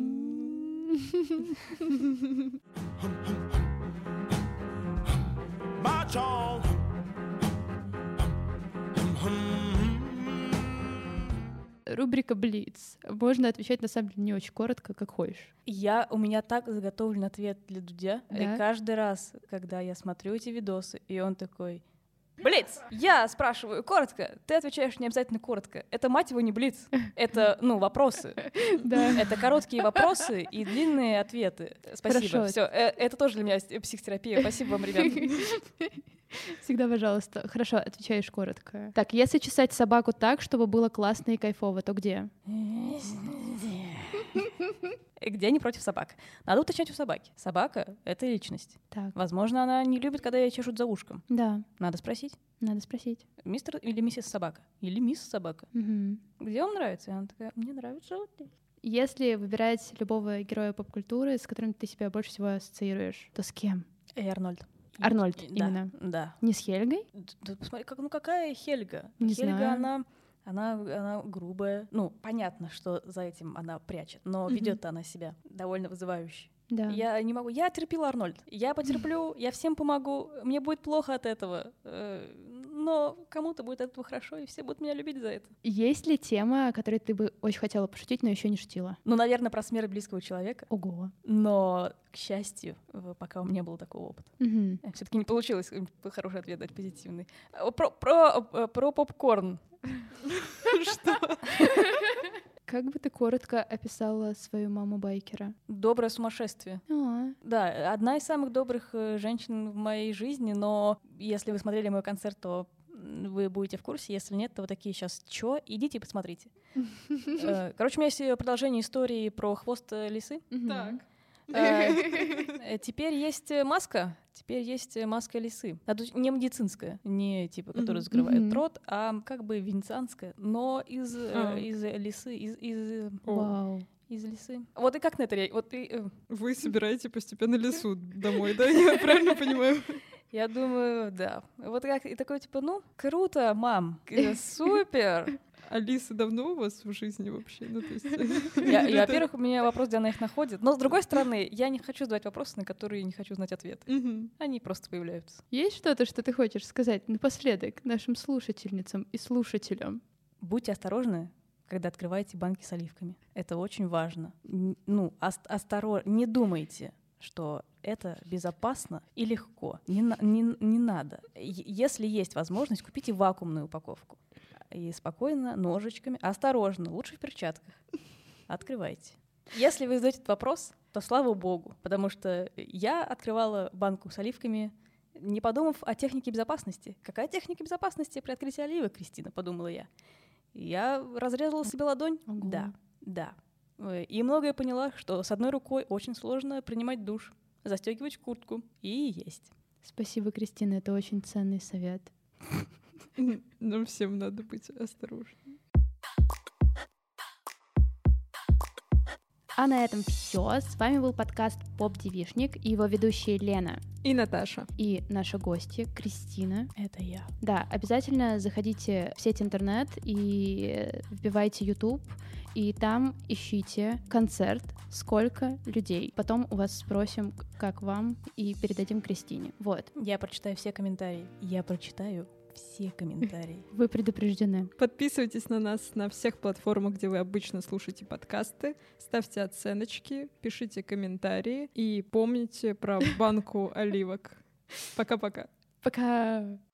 Рубрика «Блиц». Можно отвечать, на самом деле, не очень коротко, как хочешь. У меня так заготовлен ответ для Дудя. Да? И каждый раз, когда я смотрю эти видосы, и он такой: «Блиц!» Я спрашиваю коротко, ты отвечаешь не обязательно коротко. Это, мать его, не блиц. Это, вопросы. Да. Это короткие вопросы и длинные ответы. Спасибо. Все, это тоже для меня психотерапия. Спасибо вам, ребят. Всегда, пожалуйста. Хорошо, отвечаешь коротко. Так, если чесать собаку так, чтобы было классно и кайфово, то где? Где они против собак? Надо уточнять у собаки. Собака — это личность. Так. Возможно, она не любит, когда ее чешут за ушком. Да. Надо спросить. Надо спросить. Мистер или миссис собака? Или мисс собака? Угу. Где вам нравится? И она такая, мне нравится вот здесь. Если выбирать любого героя поп-культуры, с которым ты себя больше всего ассоциируешь, то с кем? Арнольд. Арнольд, Да, именно. Да. Не с Хельгой? Да, посмотри, какая Хельга? Не Хельга, знаю. она грубая. Ну, понятно, что за этим она прячет, но ведет-то она себя довольно вызывающе. Да. Я не могу. Я терпела Арнольд. Я потерплю, я всем помогу. Мне будет плохо от этого. Но кому-то будет от этого хорошо, и все будут меня любить за это. Есть ли тема, о которой ты бы очень хотела пошутить, но еще не шутила? Ну, наверное, про смерть близкого человека. Ого. Но, к счастью, пока у меня не было такого опыта. Угу. Все-таки не получилось хороший ответ дать, позитивный. Про попкорн. Что? Как бы ты коротко описала свою маму-байкера? Доброе сумасшествие. Да, одна из самых добрых женщин в моей жизни, но если вы смотрели мой концерт, то вы будете в курсе. Если нет, то вы такие сейчас чё? Идите и посмотрите. Короче, у меня есть продолжение истории про хвост лисы. Так. Теперь есть маска. Теперь есть маска лисы. Это не медицинская, не типа, которая закрывает рот, а как бы венецианская, но из лисы, Вау. из лисы. Вот и как на это вот Вы собираете постепенно лису домой, да? Я правильно понимаю? Я думаю, да. Вот как и такой типа, ну, круто, мам, супер. А лисы давно у вас в жизни вообще? Ну, то есть... Во-первых, у меня вопрос, где она их находит. Но, с другой стороны, я не хочу задавать вопросы, на которые не хочу знать ответы. Они просто появляются. Есть что-то, что ты хочешь сказать напоследок нашим слушательницам и слушателям? Будьте осторожны, когда открываете банки с оливками. Это очень важно. Ну, осторожно. Не думайте, что это безопасно и легко. Не надо. Если есть возможность, купите вакуумную упаковку. И спокойно, ножичками, осторожно, лучше в перчатках. Открывайте. Если вы задаете этот вопрос, то слава богу, потому что я открывала банку с оливками, не подумав о технике безопасности. Какая техника безопасности при открытии оливок, Кристина, подумала я. Я разрезала себе ладонь. Ого. Да. И многое поняла, что с одной рукой очень сложно принимать душ, застегивать куртку и есть. Спасибо, Кристина, это очень ценный совет. Нам всем надо быть осторожными. А на этом все. С вами был подкаст «Поп-девишник» и его ведущие Лена И Наташа. и наши гости Кристина. Это я. Да, обязательно заходите в сеть интернет и вбивайте YouTube, и там ищите концерт «Сколько людей». Потом у вас спросим, как вам, и передадим Кристине. Вот. Я прочитаю все комментарии. Вы предупреждены. Подписывайтесь на нас на всех платформах, где вы обычно слушаете подкасты. Ставьте оценочки, пишите комментарии и помните про банку оливок. Пока-пока. Пока!